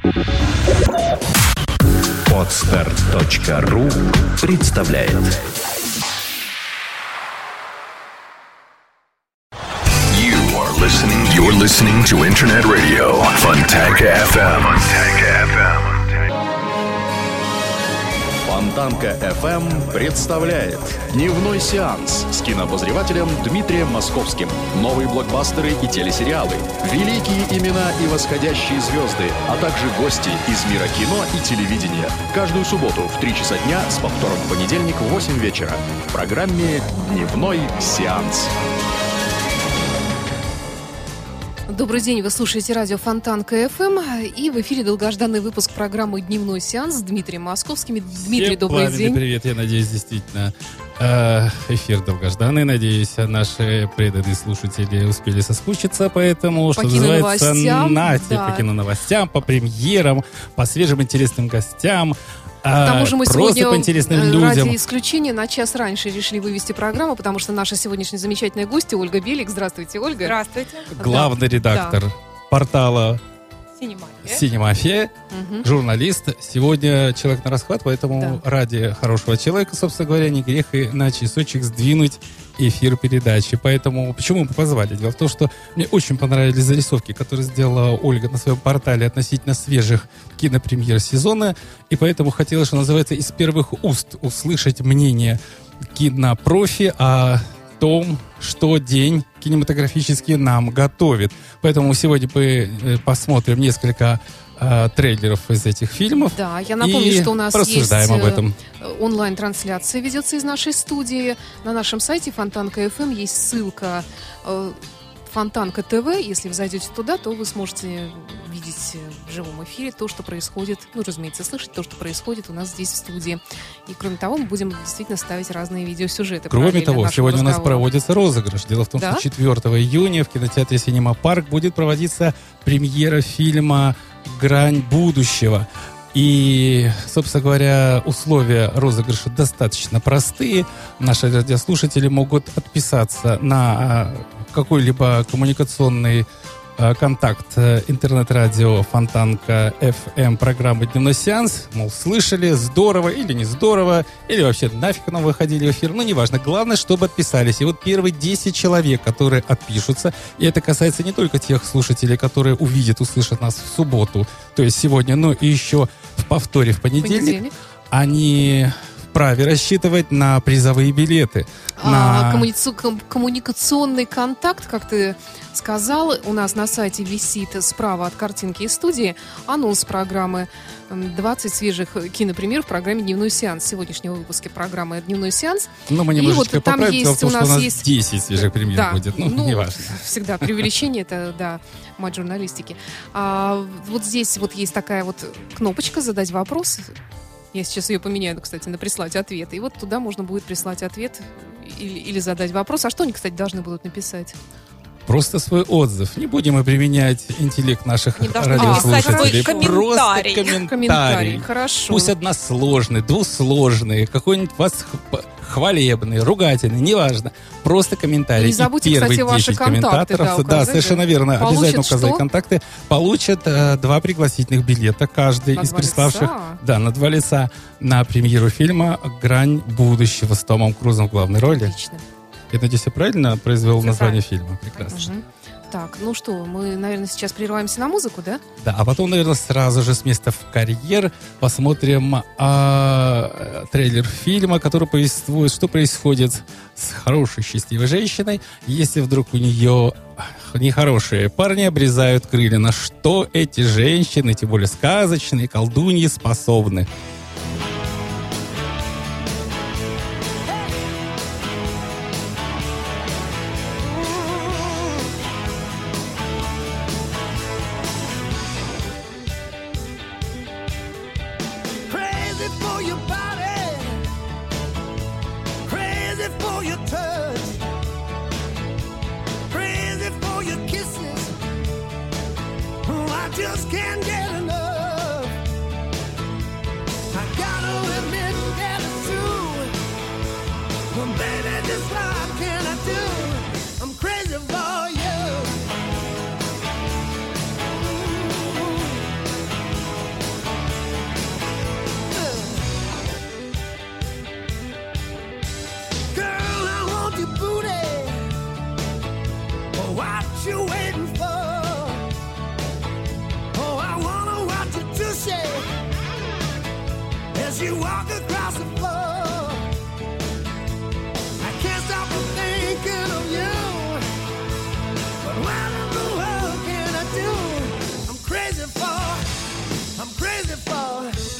Podster.ru представляет. You're listening to Internet Radio Fontanka FM. Фонтанка FM представляет дневной сеанс с кинообозревателем Дмитрием Московским. Новые блокбастеры и телесериалы, великие имена и восходящие звезды, а также гости из мира кино и телевидения. Каждую субботу в 3 часа дня с повтором в понедельник в 8 вечера в программе «Дневной сеанс». Добрый день, вы слушаете радио Фонтанка ФМ, и в эфире долгожданный выпуск программы «Дневной сеанс» с Дмитрием Московским. Дмитрий, добрый день. Привет, я надеюсь, действительно, эфир долгожданный. Надеюсь, наши преданные слушатели успели соскучиться, поэтому, что называется, по киноновостям, по премьерам, по свежим интересным гостям. К тому же мы сегодня по интересным людям. Ради исключения на час раньше решили вывести программу, потому что наша сегодняшняя замечательная гостья Ольга Белик. Здравствуйте, Ольга. Здравствуйте. Главный редактор портала «Синемафия», журналист. Сегодня человек на расхват, поэтому ради хорошего человека, собственно говоря, не грех и на часочек сдвинуть эфир передачи. Поэтому почему мы позвали? Дело в том, что мне очень понравились зарисовки, которые сделала Ольга на своем портале относительно свежих кинопремьер сезона, и поэтому хотелось, что называется, из первых уст услышать мнение кинопрофи о том, что день кинематографический нам готовит. Поэтому сегодня мы посмотрим несколько трейлеров из этих фильмов. Да, я напомню, что у нас есть об этом. Онлайн-трансляция ведется из нашей студии. На нашем сайте Фонтанка ФМ есть ссылка Фонтанка ТВ. Если вы зайдете туда, то вы сможете видеть в живом эфире то, что происходит, разумеется, слышать то, что происходит у нас здесь в студии. И кроме того, мы будем действительно ставить разные видеосюжеты. Кроме того, сегодня у нас проводится розыгрыш. Дело в том, что 4 июня в кинотеатре «Синема Парк» будет проводиться премьера фильма «Грань будущего». И, собственно говоря, условия розыгрыша достаточно простые. Наши радиослушатели могут отписаться на какой-либо коммуникационный контакт интернет-радио Фонтанка FM программы «Дневной сеанс». Мол, слышали, здорово или не здорово, или вообще нафиг нам выходили в эфир. Неважно. Главное, чтобы отписались. И вот первые 10 человек, которые отпишутся, и это касается не только тех слушателей, которые увидят, услышат нас в субботу, то есть сегодня, но и еще в повторе в понедельник. Они вправе рассчитывать на призовые билеты. Коммуникационный контакт, как ты сказал, у нас на сайте висит справа от картинки из студии анонс программы. 20 свежих кинопремьер в программе «Дневной сеанс». В сегодняшнем выпуске программы «Дневной сеанс». Но мы немножечко поправим, дело в том, что у нас 10 свежих премьер будет. Неважно. Всегда преувеличение, это, мать журналистики. Вот здесь вот есть такая вот кнопочка «Задать вопрос». Я сейчас ее поменяю, кстати, на «Прислать ответ». И вот туда можно будет прислать ответ или задать вопрос. А что они, кстати, должны будут написать? Просто свой отзыв. Не будем мы применять интеллект наших радиослушателей. Просто комментарий. Хорошо. Пусть односложный, двусложный, какой-нибудь хвалебный, ругательный, неважно. Просто комментарий. Не забудьте, кстати, ваши контакты. Да, совершенно верно. Обязательно указать контакты. Получат 2 пригласительных билета. Каждый из приславших на 2 лица на премьеру фильма «Грань будущего» с Томом Крузом в главной роли. Отлично. Я надеюсь, я правильно произвел название фильма? Прекрасно. Так, мы, наверное, сейчас прерываемся на музыку, да? Да, а потом, наверное, сразу же с места в карьер посмотрим трейлер фильма, который повествует, что происходит с хорошей, счастливой женщиной, если вдруг у нее нехорошие парни обрезают крылья. На что эти женщины, тем более сказочные, колдуньи, способны? Just can't get enough. I gotta admit that it's true. Well, baby, just what can I do? I'm crazy for you. you walk across the floor, I can't stop from thinking of you. But what in the world can I do? I'm crazy for I'm crazy for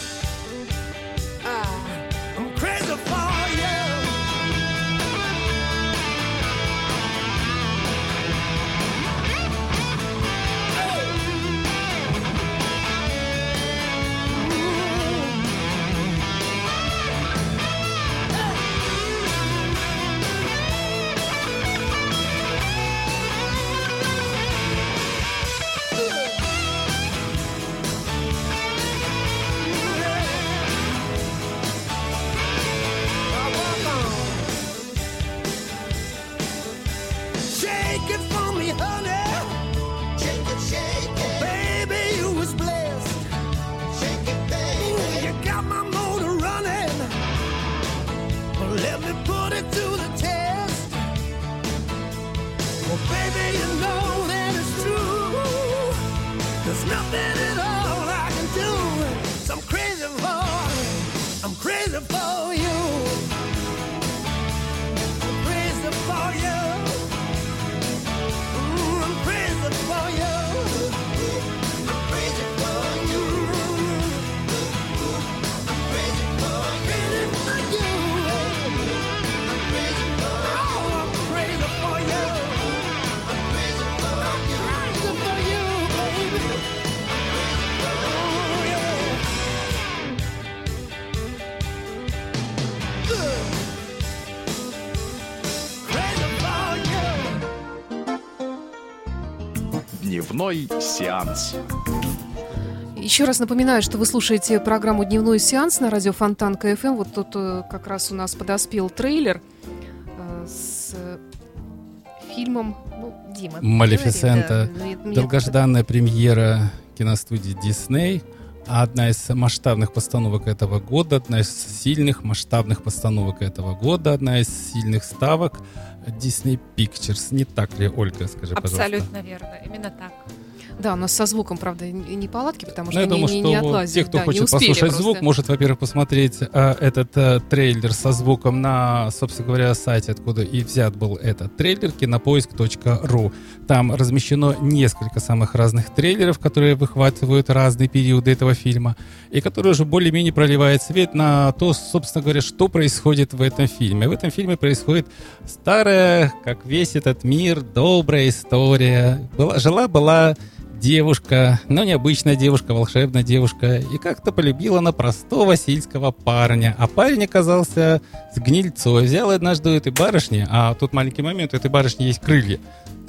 you. Shake it for me, honey. Shake it, baby, you was blessed. Shake it, baby. Ooh, you got my motor running. Well, let me put it to the test. Well, baby, you know that it's true. There's nothing at all I can do. So I'm crazy for you. I'm crazy for you. I'm crazy for you. I'm crazy for you. I'm crazy for you. I'm crazy for you. Oh, I'm crazy for you. I'm crazy for you. Crazy for you, baby. Oh, yeah. Crazy for you. Дневной сеанс. Еще раз напоминаю, что вы слушаете программу «Дневной сеанс» на радио Фонтанка ФМ. Вот тут как раз у нас подоспел трейлер с фильмом, Дима. «Малефисента». Да, Долгожданная премьера киностудии Disney. Одна из масштабных постановок этого года, одна из сильных масштабных постановок этого года, одна из сильных ставок Disney Pictures. Не так ли, Ольга, скажи, пожалуйста? Абсолютно верно, именно так. Да, у нас со звуком, правда, не палатки, потому что я думаю, не что отлазили. те, кто да, хочет послушать просто. звук, может, во-первых, посмотреть этот трейлер со звуком на, собственно говоря, сайте, откуда и взят был этот трейлер, кинопоиск.ру. Там размещено несколько самых разных трейлеров, которые выхватывают разные периоды этого фильма, и которые уже более-менее проливают свет на то, собственно говоря, что происходит в этом фильме. В этом фильме происходит старая, как весь этот мир, добрая история. Жила-была девушка, но необычная девушка, волшебная девушка, и как-то полюбила она простого сельского парня. А парень оказался с гнильцой. Взял однажды у этой барышни, а тут маленький момент, у этой барышни есть крылья.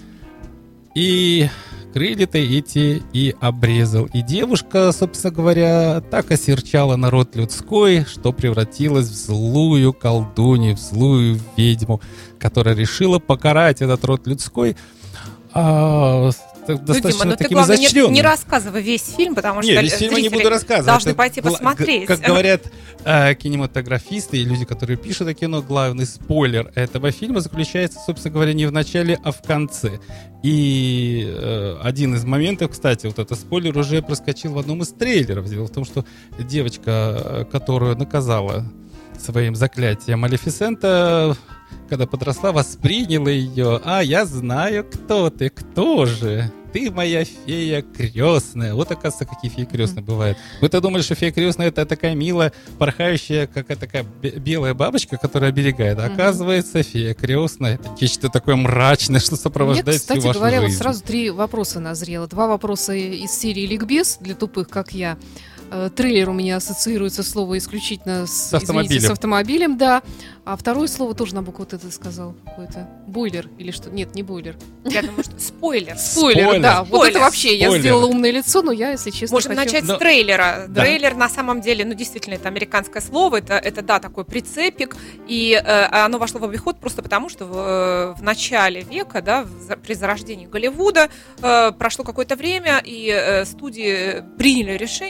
И крылья-то эти и обрезал. И девушка, собственно говоря, так осерчала народ людской, что превратилась в злую колдунью, в злую ведьму, которая решила покарать этот род людской достаточно Дима, таким ты, главное, изощренным. не рассказывай весь фильм, потому что весь фильм я не буду рассказывать. должны пойти посмотреть. Как говорят кинематографисты и люди, которые пишут о кино, главный спойлер этого фильма заключается, собственно говоря, не в начале, а в конце. И один из моментов, кстати, вот этот спойлер уже проскочил в одном из трейлеров. Дело в том, что девочка, которую наказала своим заклятием Малефисента, когда подросла, восприняла ее. Я знаю, кто ты, кто же? Ты моя фея крестная. Вот, оказывается, какие феи крестные бывают. Вы-то думали, что фея крестная — это такая милая, порхающая, какая такая белая бабочка, которая оберегает. Оказывается, фея крестная — это нечто такое мрачное, что сопровождает всю вашу жизнь. Кстати говоря, вот сразу 3 вопроса назрело. 2 вопроса из серии «Ликбез» для тупых, как я. Трейлер у меня ассоциируется слово исключительно с автомобилем, да. А второе слово тоже на букву Т ты сказал какое-то. Бойлер или что? Нет, не бойлер. Я думаю, что спойлер. Спойлер, да. Вот это вообще я сделала умное лицо, но я, если честно, Можем начать с трейлера. Да. Трейлер, на самом деле, действительно, это американское слово, это да, такой прицепик, и оно вошло в обиход просто потому, что в начале века, да, при зарождении Голливуда, прошло какое-то время, и студии приняли решение, что фильм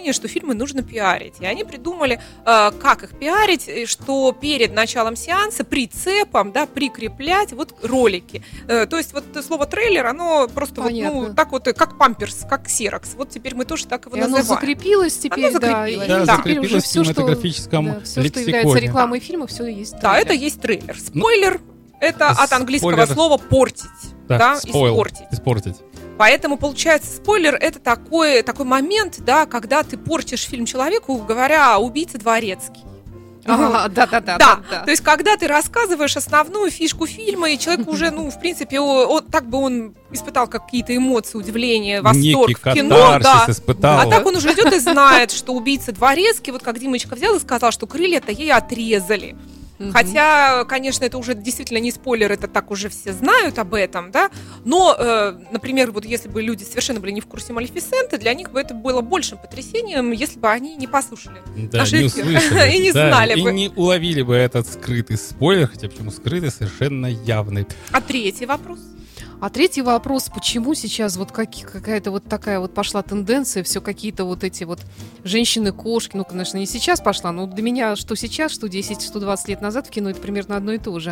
фильмы нужно пиарить. И они придумали, как их пиарить, что перед началом сеанса прицепом, да, прикреплять вот ролики. То есть вот слово трейлер, оно просто вот, ну, так вот, как памперс, как ксерокс. Вот теперь мы тоже так его называем. Оно закрепилось теперь, оно закрепилось. Да, да. закрепилось в кинематографическом все, лексиконе. что является рекламой фильма, все есть трейлер. Да, это есть трейлер. Спойлер — это от английского спойлер. слова «портить». Да, испортить. Поэтому, получается, спойлер — это такой момент, да, когда ты портишь фильм человеку, говоря «убийца Дворецкий». Да. То есть, когда ты рассказываешь основную фишку фильма, и человек уже, ну, в принципе, он испытал какие-то эмоции, удивление, восторг в кино, да. Испытал. А так он уже идет и знает, что убийца Дворецкий, вот как Димочка взял и сказал, что крылья-то ей отрезали. Хотя, конечно, это уже действительно не спойлер, это так уже все знают об этом, да, но, например, вот если бы люди совершенно были не в курсе Малефисенты, для них бы это было большим потрясением, если бы они не послушали наш эфир и не знали бы. И не уловили бы этот скрытый спойлер, хотя почему скрытый, совершенно явный. А третий вопрос? А третий вопрос, почему сейчас вот какая-то вот такая вот пошла тенденция, все какие-то вот эти вот женщины-кошки, ну, конечно, не сейчас пошла, но для меня что сейчас, что 10, что 20 лет назад в кино это примерно одно и то же.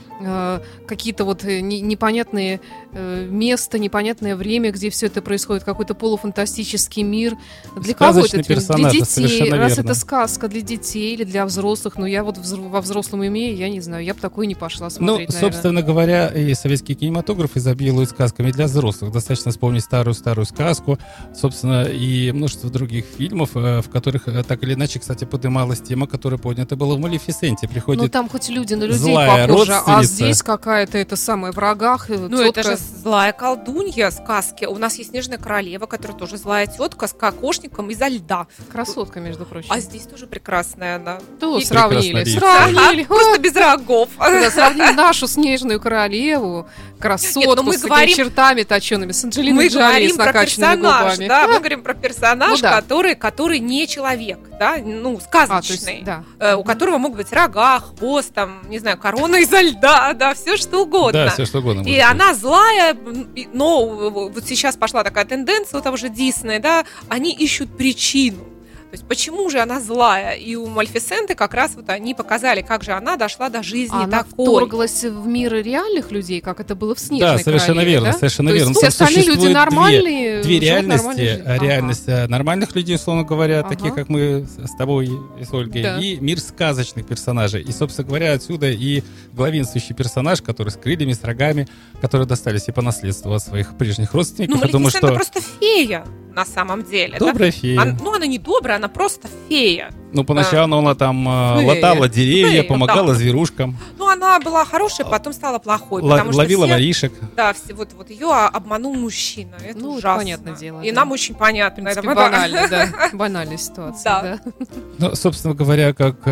Какие-то вот непонятные места, непонятное время, где все это происходит, какой-то полуфантастический мир. Для кого это фильм? Для детей, раз это сказка для детей или для взрослых, но я вот во взрослом имею, я не знаю, я бы такое не пошла смотреть, наверное. Собственно говоря, и советский кинематограф изобилует сказками для взрослых. Достаточно вспомнить старую-старую сказку, собственно, и множество других фильмов, в которых так или иначе, кстати, поднималась тема, которая поднята была в «Малефисенте». Приходит ну там хоть люди на людей похожи, а здесь какая-то это самая в рогах. Ну это же злая колдунья сказки. У нас есть Снежная королева, которая тоже злая тетка с кокошником изо льда. Красотка, между прочим. А здесь тоже прекрасная она. То сравнили. Просто без рогов. Сравнили нашу Снежную королеву, красотку с такими чертами точеными, с Анджелиной Джоли, с накачанными губами. Да, мы говорим про персонаж, который не человек, да, ну, сказочный, у которого могут быть рога, хвост, там, не знаю, корона изо льда, да, все что угодно. Да, все что угодно. И она злая, но вот сейчас пошла такая тенденция у того же Диснея, да, они ищут причину. То есть почему же она злая? И у Малефисенты как раз вот они показали, как же она дошла до жизни она такой. Она вторглась в мир реальных людей, как это было в «Снежной королеве». Да, совершенно верно, да? совершенно то верно. Есть, все остальные люди нормальные. Две реальности. Реальность нормальных людей, условно говоря, такие, как мы с тобой и с Ольгой, и мир сказочных персонажей. И, собственно говоря, отсюда и главенствующий персонаж, который с крыльями, с рогами, которые достались и по наследству от своих прежних родственников. Ну, Малефисента просто фея. На самом деле. Добрая фея. Она не добрая, она просто фея. Ну, поначалу она там латала деревья, помогала зверушкам. Ну, она была хорошая, потом стала плохой. Ловила воришек. Да, вот ее обманул мужчина. Это ужасно. Понятное дело. И нам очень понятно. Это банально, да. Банальная ситуация, да. Ну, собственно говоря, как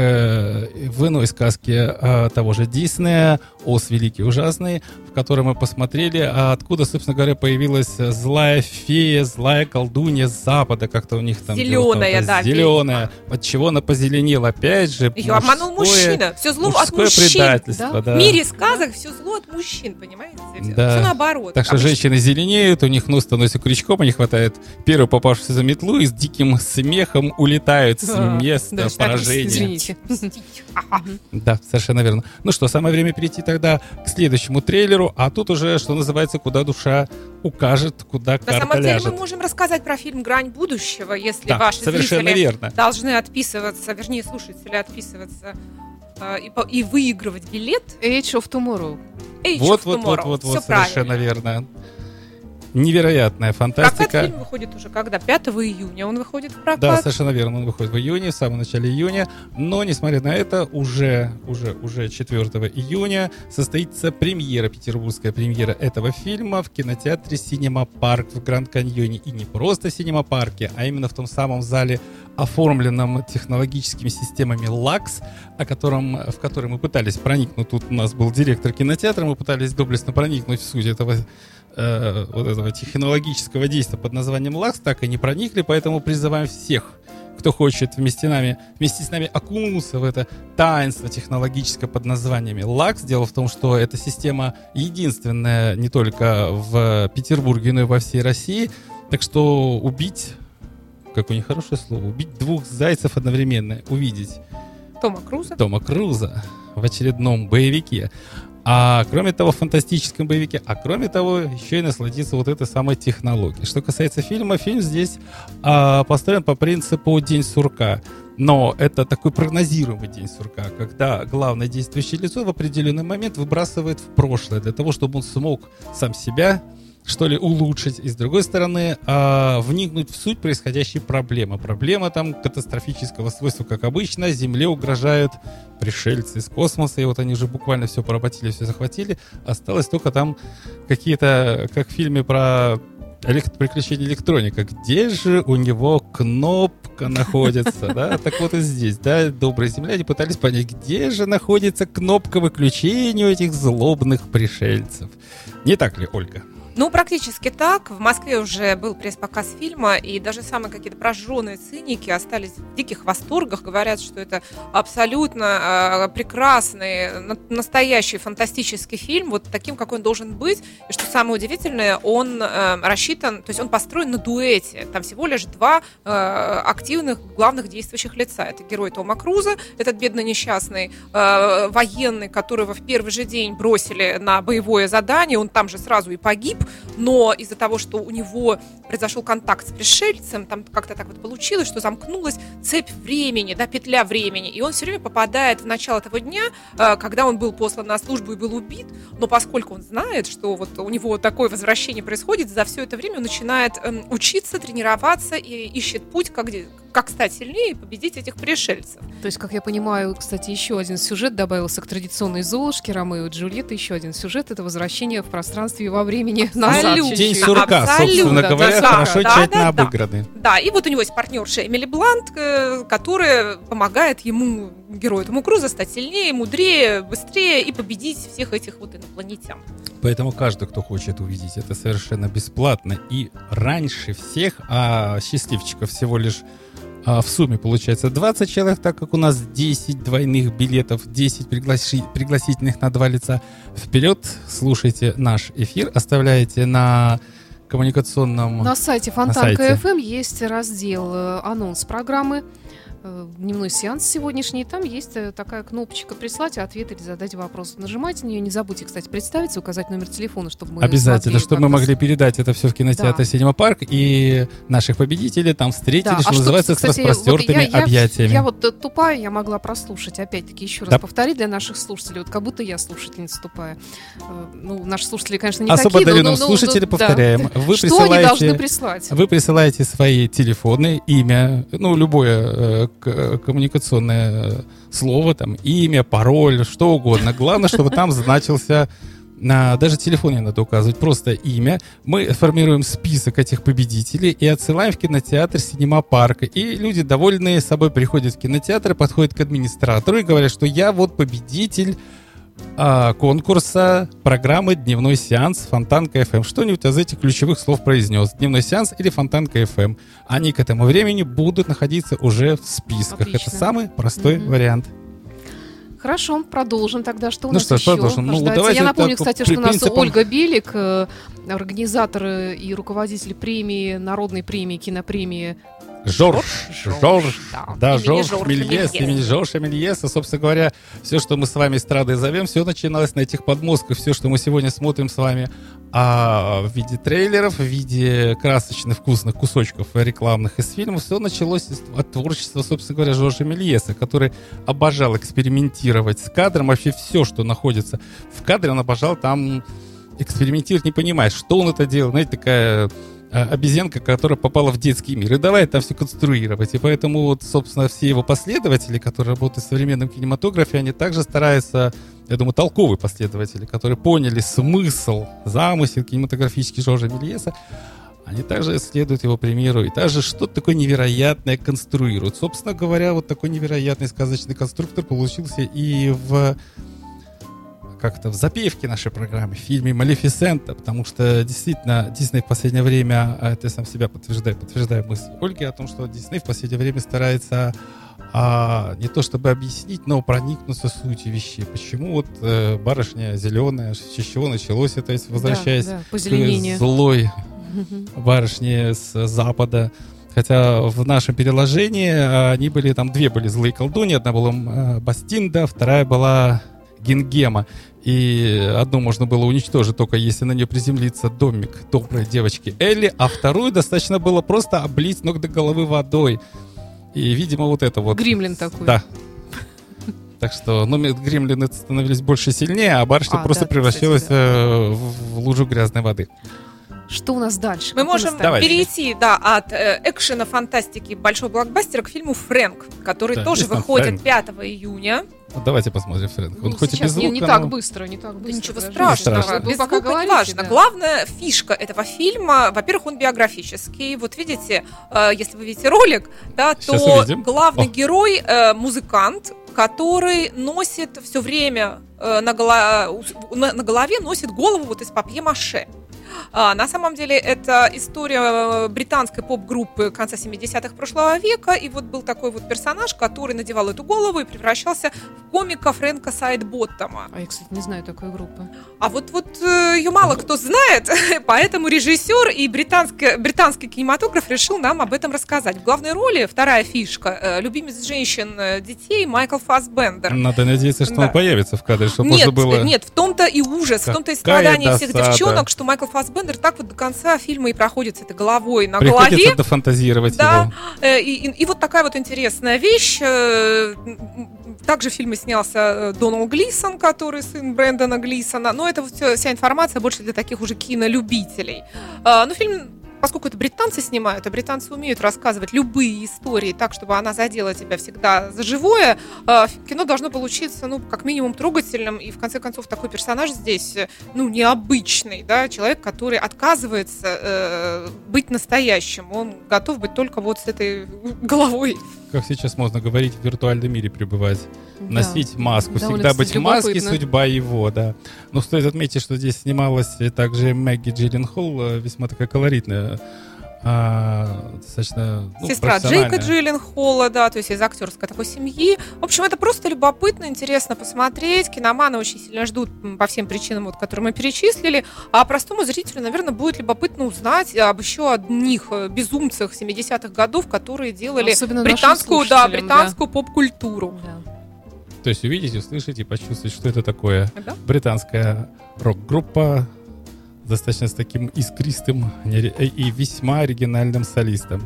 в иной сказке того же Диснея, «Оз великий ужасный», в которой мы посмотрели, откуда, собственно говоря, появилась злая фея, злая колдунья с запада, как-то у них там... Зеленая, да. Зеленая. От чего она позеленела? Опять же, ее обманул мужчина. Все зло от мужчин. Предательство, да? В мире сказок все зло от мужчин, понимаете? Да. Все наоборот. Так что женщины зеленеют, у них нос становится крючком, не хватает первую попавшуюся за метлу и с диким смехом улетают с места поражения. Извините. Да, совершенно верно. Ну что, самое время перейти тогда к следующему трейлеру, а тут уже, что называется, куда душа укажет, куда карта ляжет. На самом деле мы можем рассказать про фильм «Грань будущего», если ваши зрители должны отписываться, вернее, слушатели отписываться и выигрывать билет. Age of Tomorrow. Вот, совершенно верно. Невероятная фантастика. Прокат фильм выходит уже когда? 5 июня он выходит в прокат. Да, совершенно верно, он выходит в июне, в самом начале июня. Но, несмотря на это, уже 4 июня состоится премьера, петербургская премьера этого фильма в кинотеатре «Синема Парк» в Гранд-Каньоне. И не просто в «Синема Парке», а именно в том самом зале, оформленном технологическими системами «Лакс», в который мы пытались проникнуть. Тут у нас был директор кинотеатра, мы пытались доблестно проникнуть в суть этого технологического действия под названием «Лакс», так и не проникли, поэтому призываем всех, кто хочет вместе с нами окунуться в это таинство технологическое под названиями «Лакс». Дело в том, что эта система единственная не только в Петербурге, но и во всей России, так что убить какое нехорошее слово, убить двух зайцев одновременно, увидеть Тома Круза в очередном боевике. А кроме того, в фантастическом боевике, а кроме того, еще и насладиться вот этой самой технологией. Что касается фильма, фильм здесь построен по принципу «День сурка». Но это такой прогнозируемый день сурка, когда главное действующее лицо в определенный момент выбрасывает в прошлое для того, чтобы он смог сам себя, что ли, улучшить. И с другой стороны, вникнуть в суть происходящей проблемы. Проблема там катастрофического свойства, как обычно. Земле угрожают пришельцы из космоса, и вот они уже буквально все поработили, все захватили. Осталось только там какие-то, как в фильме про приключения электроника. Где же у него кнопка находится? Да? Так вот и здесь, да, добрые земляне пытались понять, где же находится кнопка выключения у этих злобных пришельцев. Не так ли, Ольга? Ну, практически так. В Москве уже был пресс-показ фильма, и даже самые какие-то прожженные циники остались в диких восторгах. Говорят, что это абсолютно прекрасный, настоящий фантастический фильм, вот таким, какой он должен быть. И что самое удивительное, он рассчитан, то есть он построен на дуэте. Там всего лишь два активных главных действующих лица. Это герой Тома Круза, этот бедный несчастный военный, которого в первый же день бросили на боевое задание, он там же сразу и погиб. Но из-за того, что у него произошел контакт с пришельцем, там как-то так вот получилось, что замкнулась цепь времени, да, петля времени, и он все время попадает в начало того дня, когда он был послан на службу и был убит, но поскольку он знает, что вот у него такое возвращение происходит, за все это время он начинает учиться, тренироваться и ищет путь, как стать сильнее и победить этих пришельцев. То есть, как я понимаю, кстати, еще один сюжет добавился к традиционной Золушке, Ромео и Джульетта. Еще один сюжет — это возвращение в пространстве и во времени назад. День сурка, собственно говоря, хорошо, тщательно обыграны. Да, и вот у него есть партнерша Эмили Блант, которая помогает ему, герою Тому Круза, стать сильнее, мудрее, быстрее и победить всех этих вот инопланетян. Поэтому каждый, кто хочет увидеть это совершенно бесплатно и раньше всех, а счастливчиков всего лишь в сумме получается 20 человек, так как у нас 10 двойных билетов, 10 пригласительных на 2 лица. Вперед, слушайте наш эфир, оставляйте на коммуникационном... На сайте Фонтанка.ФМ есть раздел «Анонс программы», дневной сеанс сегодняшний, там есть такая кнопочка «Прислать ответ или задать вопрос». Нажимайте на нее, не забудьте, кстати, представиться, указать номер телефона, чтобы мы обязательно, чтобы мы могли передать это все в кинотеатр «Синема Парк», и наших победителей там встретили, что называется, с распростертыми объятиями. Я вот тупая, я могла прослушать, опять-таки, еще раз повторить для наших слушателей, вот как будто я слушательница тупая. Ну, наши слушатели, конечно, не особо такие, одаренным слушателям повторяем. Да. Что они должны прислать? Вы присылаете свои телефоны, имя, ну, любое коммуникационное слово, там, имя, пароль, что угодно. Главное, чтобы там значился, даже телефон не надо указывать, просто имя. Мы формируем список этих победителей и отсылаем в кинотеатр «Синема Парк». И люди, довольные собой, приходят в кинотеатр, подходят к администратору и говорят, что я вот победитель конкурса программы «Дневной сеанс» Фонтанка.ФМ. Что-нибудь из этих ключевых слов произнес. «Дневной сеанс» или Фонтанка.ФМ. Они к этому времени будут находиться уже в списках. Отлично. Это самый простой вариант. Хорошо, продолжим тогда. Что у Ну нас что ж, еще? продолжим. Ну, давайте я напомню, так, кстати, что у нас принципом... Ольга Белик, организатор и руководитель премии, народной премии, кинопремии Жорж имени Мельес, имени Жоржа Мельеса. Собственно говоря, все, что мы с вами эстрадой зовем, все начиналось на этих подмостках. Все, что мы сегодня смотрим с вами в виде трейлеров, в виде красочных, вкусных кусочков рекламных из фильмов, все началось от творчества, собственно говоря, Жоржа Мельеса, который обожал экспериментировать с кадром. Вообще все, что находится в кадре, он обожал там экспериментировать, не понимая, что он это делал. Знаете, такая... обезьянка, которая попала в детский мир. И давай там все конструировать. И поэтому, вот, собственно, все его последователи, которые работают в современном кинематографе, они также стараются, я думаю, толковые последователи, которые поняли смысл, замысел кинематографический Жоржа Мельеса, они также следуют его примеру и также что-то такое невероятное конструируют. Собственно говоря, вот такой невероятный сказочный конструктор получился и в запевке нашей программы, в фильме «Малефисента», потому что действительно Дисней в последнее время, это я сам себя подтверждаю мысль Ольги о том, что Дисней в последнее время старается не то чтобы объяснить, но проникнуться сутью вещей. Почему вот барышня зеленая, с чего началось это, возвращаясь к злой барышне с запада, Хотя в нашем переложении они были, там две были злые колдуньи. Одна была Бастинда, вторая была Гингема. И одну можно было уничтожить, только если на нее приземлится домик доброй девочки Элли, а вторую достаточно было просто облить с ног до головы водой. И, видимо, вот это вот... Гримлин такой. Да. Так что, гримлины становились больше и сильнее, а барышня просто превращалась в лужу грязной воды. Что у нас дальше? Мы можем перейти от экшена, фантастики, большого блокбастера к фильму «Фрэнк», который тоже выходит 5 июня. Давайте посмотрим «Фрэнк». Он хоть и без звука, не так быстро, не так быстро. Ничего страшного. Без звука не важно. Главная фишка этого фильма, во-первых, он биографический. Вот видите, если вы видите ролик, да, то главный герой музыкант, который носит все время на голове носит голову вот из папье-маше. На самом деле это история британской поп-группы конца 70-х прошлого века, и вот был такой вот персонаж, который надевал эту голову и превращался в комика Фрэнка Сайдботтома. А я, кстати, не знаю такой группы. А вот ее мало кто знает, поэтому режиссер и британский кинематограф решил нам об этом рассказать. В главной роли, вторая фишка, любимец женщин, детей Майкл Фассбендер. Надо надеяться, что он появится в кадре, чтобы можно было... Нет, в том-то и ужас, в том-то и страдание всех девчонок, что Майкл Фассбендер так вот до конца фильма и проходит с этой головой на голове. Приходится дофантазировать его. И вот такая вот интересная вещь. Также в фильме снялся Дональд Глисон, который сын Брэндона Глисона. Но это вся информация больше для таких уже кинолюбителей. Но фильм, поскольку это британцы снимают, а британцы умеют рассказывать любые истории так, чтобы она задела тебя всегда за живое, кино должно получиться, как минимум трогательным. И в конце концов такой персонаж здесь, необычный, да, человек, который отказывается быть настоящим. Он готов быть только вот с этой головой. Как сейчас можно говорить, в виртуальном мире пребывать. Да. Носить маску. Да, всегда быть в маске, судьба его, да. Но стоит отметить, что здесь снималась также Мэгги Джилленхол, весьма такая колоритная, достаточно сестра Джейка Джилленхола, да, то есть из актерской такой семьи. В общем, это просто любопытно, интересно посмотреть. Киноманы очень сильно ждут по всем причинам, которые мы перечислили. А простому зрителю, наверное, будет любопытно узнать об еще одних безумцах 70-х годов, которые делали британскую поп-культуру. Да. То есть увидеть, услышать и почувствовать, что это такое. Да? Британская рок-группа достаточно с таким искристым и весьма оригинальным солистом.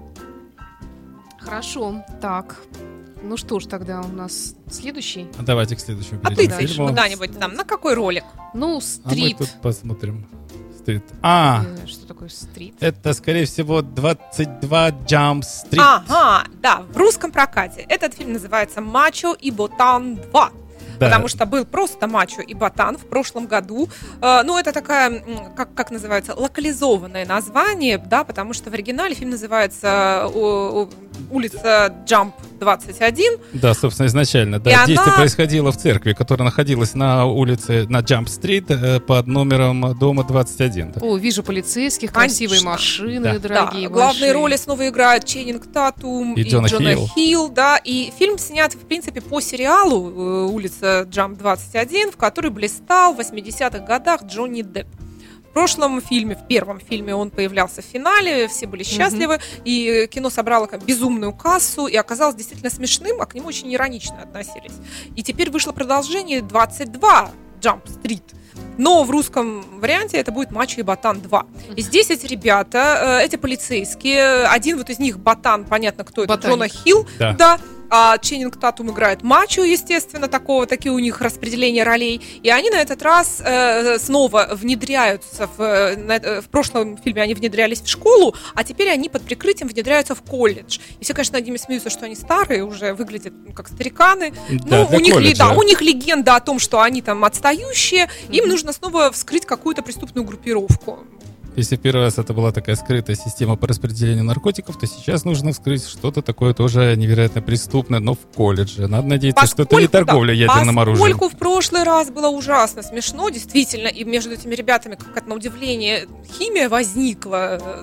Хорошо, так. Ну что ж, тогда у нас следующий. Давайте к следующему перейдем. А ты куда-нибудь там, на какой ролик? Стрит. А мы тут посмотрим. Стрит. Что такое стрит? Это, скорее всего, 22 Jump Street. Ага, да, в русском прокате. Этот фильм называется «Мачо и Ботан 2». Да. Потому что был просто «Мачо и Ботан» в прошлом году. Это такая, как называется, локализованное название, да, потому что в оригинале фильм называется «Улица Джамп 21». Да, собственно, изначально. Да, действие происходило в церкви, которая находилась на улице, на Джамп-стрит под номером дома 21. Да. Вижу полицейских, красивые машины, дорогие. Да. Главные роли снова играют Ченнинг Татум и Джона Хилл. Да, и фильм снят, в принципе, по сериалу «Улица Джамп 21», в который блистал в 80-х годах Джонни Депп. В прошлом фильме, в первом фильме он появлялся в финале, все были счастливы, и кино собрало безумную кассу и оказалось действительно смешным, а к нему очень иронично относились. И теперь вышло продолжение 22 Jump Street. Но в русском варианте это будет «Мачо и Ботан 2». И здесь эти ребята, эти полицейские, один вот из них Ботан, понятно, кто это, Джона Хилл, да. А Ченнинг Татум играет Мачо, естественно, такие у них распределение ролей. И они на этот раз снова внедряются в прошлом фильме они внедрялись в школу, а теперь они под прикрытием внедряются в колледж. И все, конечно, над ними смеются, что они старые, уже выглядят как стариканы. Да, у них легенда о том, что они там отстающие. Им нужно снова вскрыть какую-то преступную группировку. Если в первый раз это была такая скрытая система по распределению наркотиков, то сейчас нужно вскрыть что-то такое тоже невероятно преступное, но в колледже. Надо надеяться, что это не торговля ядерным оружием. Поскольку в прошлый раз было ужасно смешно, действительно, и между этими ребятами, как на удивление, химия возникла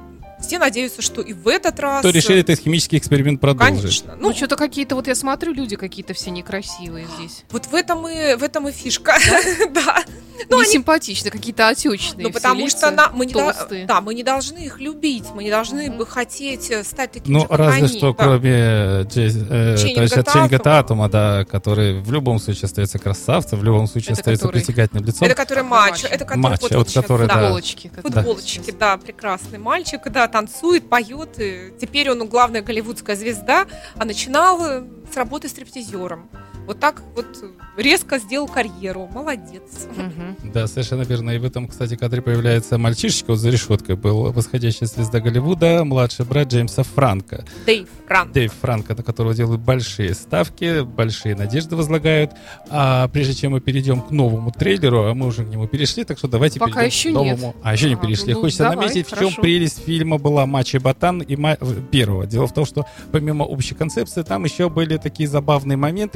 все надеются, что и в этот раз... То решили этот химический эксперимент продолжить. Конечно. Ну, что-то какие-то, вот я смотрю, люди какие-то все некрасивые здесь. Вот в этом и фишка. Да. Не симпатичные, какие-то отечные. Ну, потому что мы не должны их любить, мы не должны бы хотеть стать такими же, как они. Ну, разве что, кроме Ченнинга Татума, да, который в любом случае остается красавцем, в любом случае остается притягательным лицом. Это который мачо, это который футболочки, да, прекрасный мальчик, да, танцует, поет. И теперь он главная голливудская звезда, а начинал с работы стриптизером. Вот так вот резко сделал карьеру. Молодец. Да, совершенно верно. И в этом, кстати, кадре появляется мальчишечка, вот за решеткой был восходящая звезда Голливуда, младший брат Джеймса Франко. Дэйв Франко, на которого делают большие ставки, большие надежды возлагают. А прежде чем мы перейдем к новому трейлеру, а мы уже к нему перешли, так что давайте перейдем к новому. Нет. Еще не перешли. Хочется наметить, в чем прелесть фильма была «Мачо и Ботан» и первого. Дело в том, что помимо общей концепции, там еще были такие забавные моменты,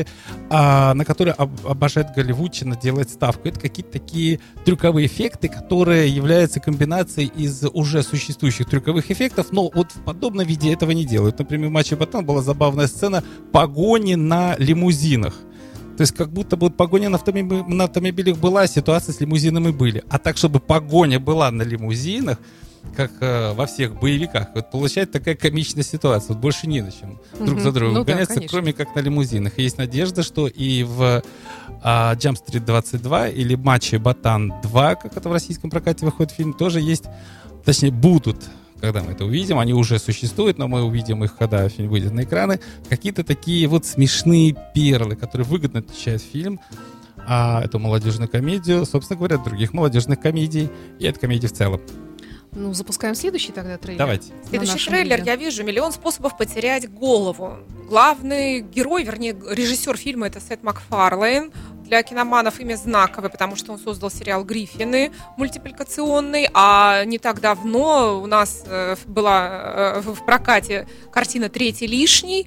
на которые обожает голливудчина делать ставку. Это какие-то такие трюковые эффекты, которые являются комбинацией из уже существующих трюковых эффектов, но вот в подобном виде этого не делают. Например, в «Мачо и Ботан» была забавная сцена погони на лимузинах. То есть как будто бы погоня на автомобилях была, ситуация с лимузинами были. А так, чтобы погоня была на лимузинах, как во всех боевиках, вот получается такая комичная ситуация. Вот больше не на чем друг за другом гоняться, кроме как на лимузинах. И есть надежда, что и в Jump Street 22 или «Мачо и Ботан 2», как это в российском прокате выходит фильм, тоже есть, точнее будут, когда мы это увидим, они уже существуют, но мы увидим их, когда фильм выйдет на экраны, какие-то такие вот смешные перлы, которые выгодно отличают фильм, эту молодежную комедию, собственно говоря, от других молодежных комедий и от комедий в целом. Ну, запускаем следующий тогда трейлер. Давайте. Следующий трейлер, я вижу, «Миллион способов потерять голову». Главный герой, вернее, режиссер фильма — это Сет Макфарлейн. Для киноманов имя знаковое, потому что он создал сериал «Гриффины» мультипликационный, а не так давно у нас была в прокате картина «Третий лишний»,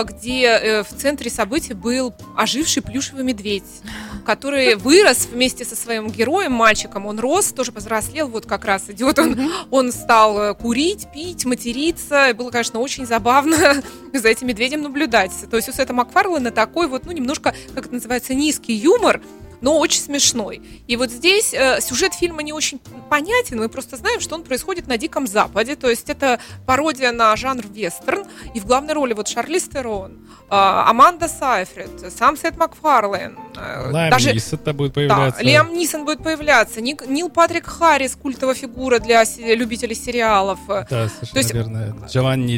где в центре событий был оживший плюшевый медведь, который вырос вместе со своим героем, мальчиком. Он рос, тоже повзрослел, вот как раз идет он стал курить, пить, материться. И было, конечно, очень забавно за этим медведем наблюдать. То есть у Сета Макфарлейна такой вот, немножко, как это называется, низкий юмор, но очень смешной. И вот здесь сюжет фильма не очень понятен, мы просто знаем, что он происходит на Диком Западе, то есть это пародия на жанр вестерн, и в главной роли вот Шарлиз Терон, Аманда Сайфред, сам Сет Макфарлейн. Лиам Нисон будет появляться. Да, Лиам Нисон будет появляться, Нил Патрик Харрис, культовая фигура для любителей сериалов. Да, совершенно верно. Джованни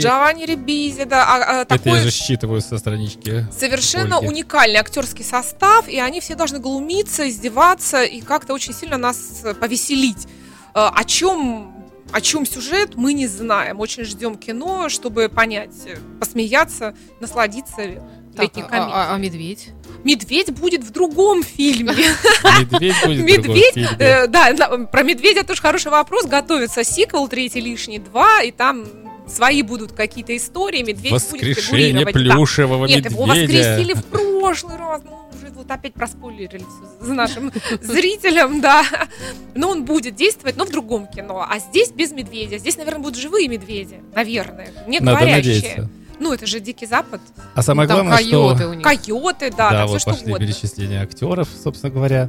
Рибизи, да. Это я же считываю со странички. Совершенно Ольги. Уникальный актерский состав, и они все должны глумиться, издеваться и как-то очень сильно нас повеселить. О чем сюжет, мы не знаем. Очень ждем кино, чтобы понять, посмеяться, насладиться летней комедией. А медведь? Медведь будет в другом фильме. Медведь будет в другом фильме. Да, про медведя тоже хороший вопрос. Готовится сиквел «Третий лишний 2», и там свои будут какие-то истории. Медведь будет фигурировать. Воскрешение плюшевого медведя. Нет, его воскресили в прошлый раз. Уже вот опять проспойлерили все за нашим зрителям, да. Но он будет действовать, но в другом кино. А здесь без медведя. Здесь, наверное, будут живые медведи. Наверное. Не говорящие. Ну, это же Дикий Запад. А самое главное, койоты что... у них. Койоты, да, да, все вот что пошли угодно. перечисления актеров, собственно говоря.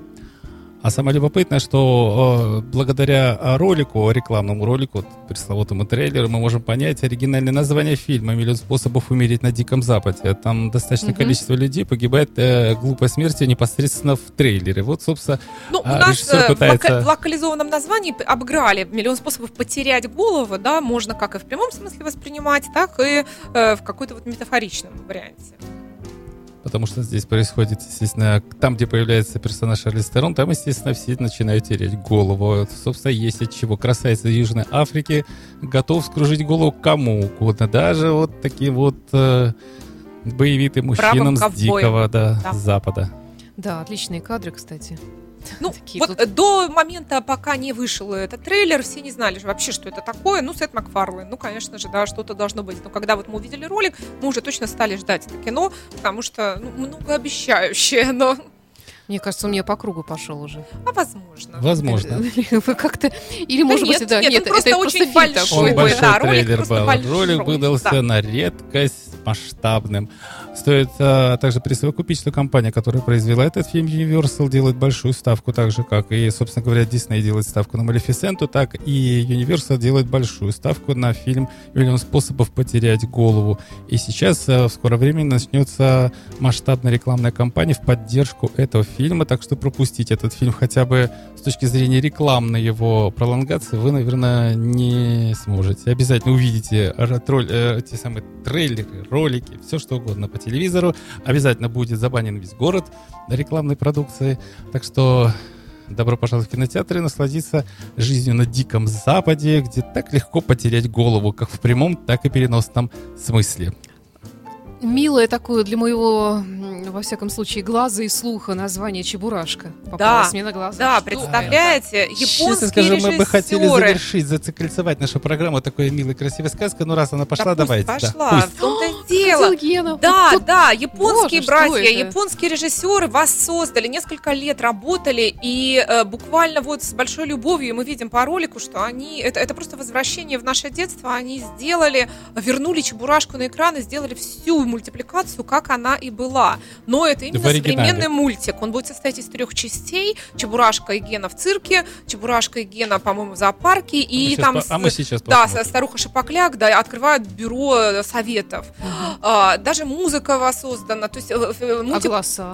А самое любопытное, что благодаря рекламному ролику, пресловутому трейлеру, мы можем понять оригинальное название фильма «Миллион способов умереть на Диком Западе». Там достаточное количество людей погибает глупой смертью непосредственно в трейлере. Вот, собственно, у нас пытается... в локализованном названии обыграли «Миллион способов потерять голову», да, можно как и в прямом смысле воспринимать, так и в какой-то вот метафоричном варианте. Потому что здесь происходит, естественно, там, где появляется персонаж Шарлиз Терон, там, естественно, все начинают терять голову. Собственно, есть от чего. Красавица Южной Африки готов скружить голову кому угодно. Даже вот таким вот боевитым мужчинам с Дикого Запада. Да, отличные кадры, кстати. Ну, вот до момента, пока не вышел этот трейлер, все не знали же вообще, что это такое. Ну, Сет Макфарлейн, конечно же, да, что-то должно быть. Но когда вот мы увидели ролик, мы уже точно стали ждать это кино, потому что, многообещающее, но... Мне кажется, у меня по кругу пошел уже. А возможно. Возможно. Вы как-то... Или, может быть, да, нет, нет, он просто это очень фильм большой. такой. Он большой да, ролик трейлер просто был. большой, Ролик выдался да. на редкость масштабным. Стоит также присовокупить, что компания, которая произвела этот фильм, Universal, делает большую ставку, так же, как и, собственно говоря, Disney делает ставку на Малефисенту, так и Universal делает большую ставку на фильм «Миллион способов потерять голову». И сейчас в скором времени начнется масштабная рекламная кампания в поддержку этого фильма, так что пропустить этот фильм хотя бы с точки зрения рекламной его пролонгации вы, наверное, не сможете. Обязательно увидите те самые трейлеры, ролики, все что угодно по телевизору. Обязательно будет забанен весь город рекламной продукции. Так что добро пожаловать в кинотеатры и насладиться жизнью на Диком Западе, где так легко потерять голову, как в прямом, так и переносном смысле. Милое такое для моего, во всяком случае, глаза и слуха название «Чебурашка». Попалось мне на глаза. Да, Что представляете, Честно японские скажу, мы бы хотели режиссеры. завершить, зацикольцевать нашу программу такой милой, красивой сказкой, но раз она пошла, Да пусть давайте. пошла, Да, в пусть. том-то и это? дело. Крокодил Гена. Да, Вот да, японские Боже, что братья, это? японские режиссеры вас создали, несколько лет работали, и буквально вот с большой любовью мы видим по ролику, что они, это просто возвращение в наше детство, они вернули Чебурашку на экран и сделали всю мультипликацию, как она и была. Но это именно В оригинале. современный мультик. Он будет состоять из 3 частей: Чебурашка и Гена в цирке, Чебурашка и Гена, по-моему, в зоопарке, и мы сейчас да, посмотрим. старуха Шапокляк, да, открывают бюро советов. Даже музыка воссоздана. То есть А мультик...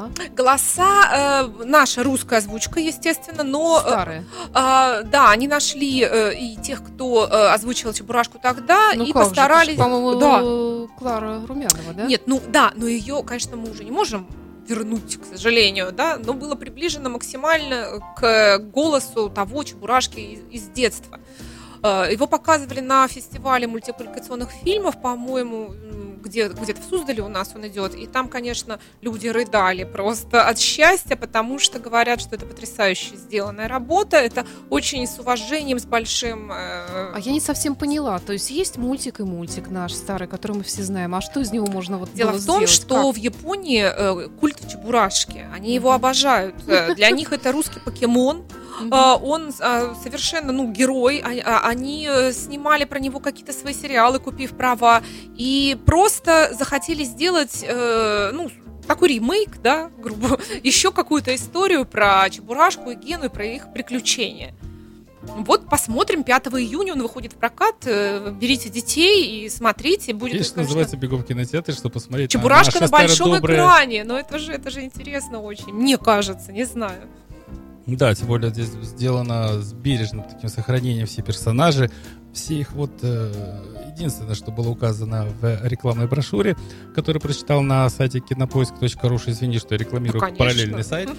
голоса наша русская озвучка, естественно, но старые. да, они нашли и тех, кто озвучивал Чебурашку тогда, Ну и как же, постарались. это ж, по-моему, Да. Клара Румянова, да? Нет, ну да, но ее, конечно, мы уже не можем вернуть, к сожалению, да, но было приближено максимально к голосу того Чебурашки из детства. Его показывали на фестивале мультипликационных фильмов, по-моему, где-то в Суздале у нас он идет, и там, конечно, люди рыдали просто от счастья, потому что говорят, что это потрясающе сделанная работа, это очень с уважением, с большим... А я не совсем поняла. То есть есть мультик и мультик наш старый, который мы все знаем. А что из него можно вот Дело было в том, сделать? что Как? в Японии культ Чебурашки, они его обожают. Для них это русский покемон. Он совершенно, герой. Они снимали про него какие-то свои сериалы, купив права, и просто захотели сделать, такой ремейк, да, грубо, еще какую-то историю про Чебурашку и Гену и про их приключения. Вот посмотрим, 5 июня он выходит в прокат. Берите детей и смотрите. Будет, Есть, что называется, бегом в кинотеатр, чтобы посмотреть Чебурашка на на большом стародоброе... экране. Но это же интересно очень. Мне кажется, не знаю. Да, тем более здесь сделано с бережным таким сохранением все персонажи, все их единственное, что было указано в рекламной брошюре, которую прочитал на сайте кинопоиск.ру, извини, что я рекламирую параллельный сайт,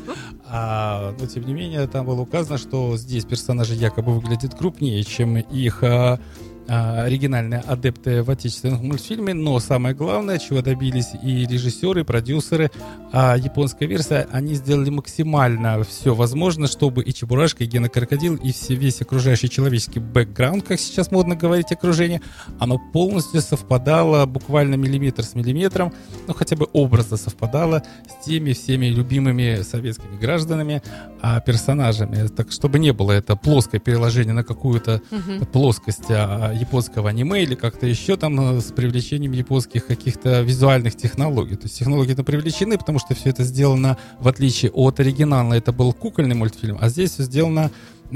но тем не менее там было указано, что здесь персонажи якобы выглядят крупнее, чем их оригинальные адепты в отечественном мультфильме, но самое главное, чего добились и режиссеры, и продюсеры, японская версия, они сделали максимально все возможное, чтобы и Чебурашка, и Гена Крокодил, и весь окружающий человеческий бэкграунд, как сейчас модно говорить, окружение, оно полностью совпадало буквально миллиметр с миллиметром, хотя бы образно совпадало с теми всеми любимыми советскими гражданами, персонажами, так чтобы не было это плоское переложение на какую-то плоскость японского аниме или как-то еще там с привлечением японских каких-то визуальных технологий. То есть технологии там привлечены, потому что все это сделано, в отличие от оригинала, это был кукольный мультфильм, а здесь все сделано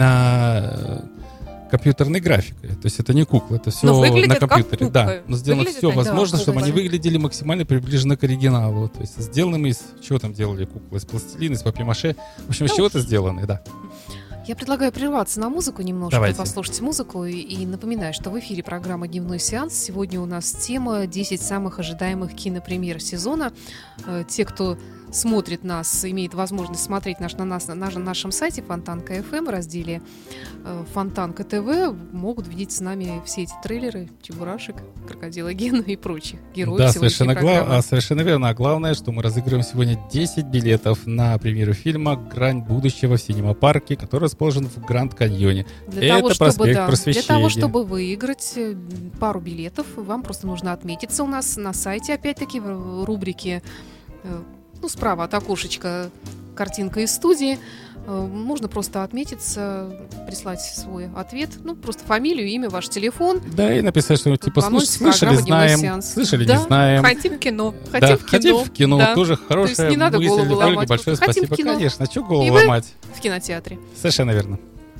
на компьютерной графикой. То есть это не кукла, это все на компьютере. Да, но сделано все возможно, чтобы они выглядели максимально приближенно к оригиналу. То есть сделанным из... Чего там делали куклы? Из пластилина, из папье-маше? В общем, из чего-то сделаны, да. Я предлагаю прерваться на музыку немножко, Давайте. послушать музыку. И напоминаю, что в эфире программа «Дневной сеанс». Сегодня у нас тема 10 самых ожидаемых кинопремьер сезона. Те, кто смотрит нас, имеет возможность смотреть на нашем сайте Фонтанка.фм в разделе Фонтанка ТВ, могут видеть с нами все эти трейлеры Чебурашек, Крокодила Гену и прочих героев. Да, сегодняшней совершенно верно. А главное, что мы разыгрываем сегодня 10 билетов на премьеру фильма «Грань будущего» в Синема-парке, который расположен в Гранд-Каньоне. Это проспект Просвещения. Для того, чтобы выиграть пару билетов, вам просто нужно отметиться у нас на сайте, опять-таки, в рубрике справа от окошечка картинка из студии. Можно просто отметиться, прислать свой ответ, просто фамилию, имя, ваш телефон. Да, и написать что-нибудь типа слышали, знаем, слышали, да. Не знаем. Хотим кино. Хотим в кино, да. тоже хорошая То есть не надо мысль. голову ломать. Ольга, большое Хотим спасибо. в кино. Конечно, что голову И вы ломать? в кинотеатре. Совершенно верно.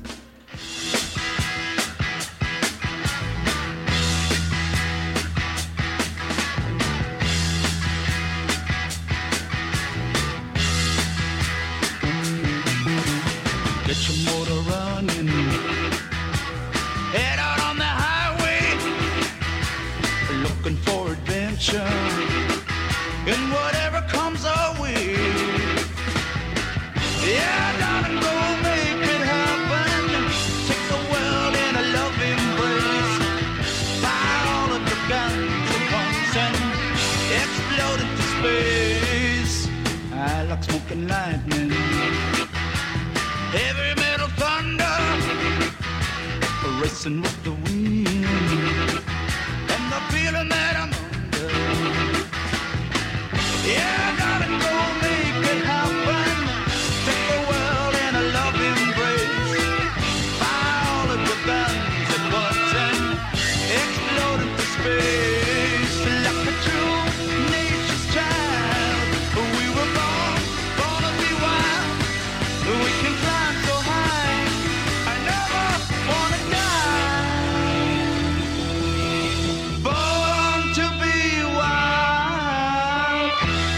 Get your motor running. Head out on the highway, looking for adventure. And whatever comes our way, yeah, darling, go make it happen. Take the world in a loving embrace. Fire all of your guns at once and explode into space. I like smoking lightning. Heavy metal thunder, racing with the wind, and the feeling that I'm under. Yeah, darling, go make it happen. Take the world in a loving embrace. Fire all of your guns at once and explode into space. Like a true nature's child, we were born to be wild. We can climb so high, I never wanna die. Born to be wild.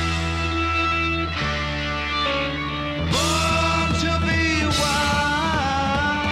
Born to be wild.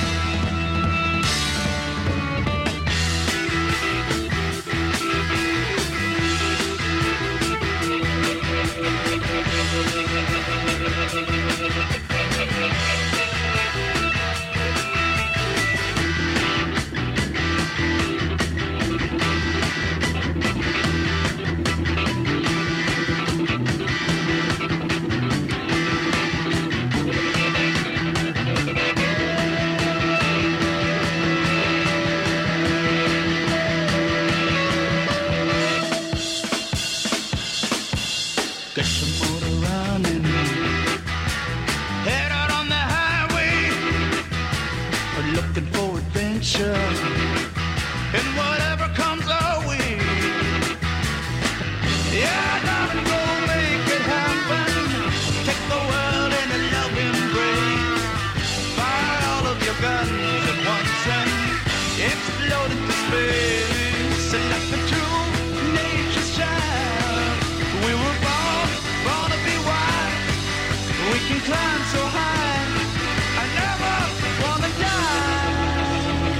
Get your motor running. Head out on the highway, looking for adventure. And whatever comes our way, yeah, darling, go make it happen. Take the world in a loving embrace. Fire all of your guns at once and explode into space. Like a true nature's child, we were born to be wild. We can climb so high, I never wanna die.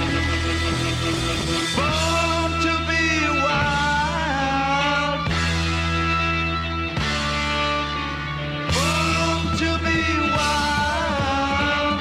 Born to be wild. Born to be wild.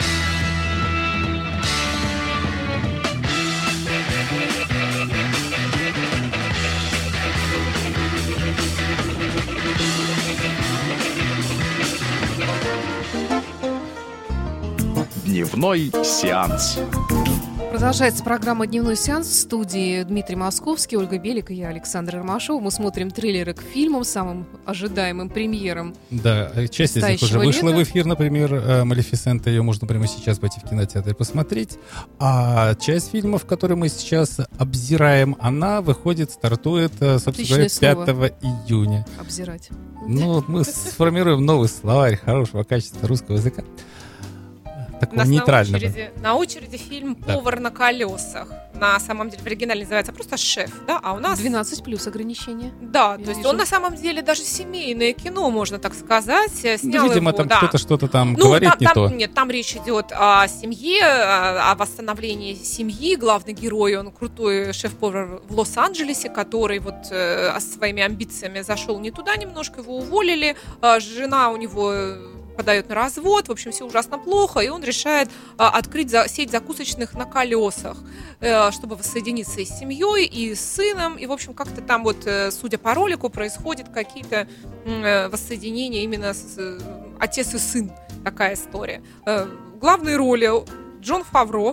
Дневной сеанс. Продолжается программа «Дневной сеанс» в студии Дмитрий Московский, Ольга Белик и я, Александр Ромашов. Мы смотрим трейлеры к фильмам, самым ожидаемым премьерам. Да, часть из них уже вышла в эфир, например, «Малефисента», ее можно прямо сейчас пойти в кинотеатр посмотреть. А часть фильмов, которые мы сейчас обзираем, она выходит, стартует, собственно говоря, 5 июня. Обзирать. Ну, мы сформируем новый словарь хорошего качества русского языка. У нас на очереди фильм «Повар на колесах». На самом деле в оригинале называется просто «Шеф», да, а у нас 12+ ограничения. Да, то есть он на самом деле даже семейное кино, можно так сказать. Снял видимо, его, там да. кто-то что-то там говорит не то. Нет, там речь идет о семье, о восстановлении семьи. Главный герой, он крутой шеф-повар в Лос-Анджелесе, который вот своими амбициями зашел не туда немножко, его уволили. Жена у него подает на развод, в общем, все ужасно плохо, и он решает открыть сеть закусочных на колесах, чтобы воссоединиться и с семьей, и с сыном, и, в общем, как-то там вот, судя по ролику, происходят какие-то воссоединения именно с отец и сын, такая история. Главные роли Джон Фавро,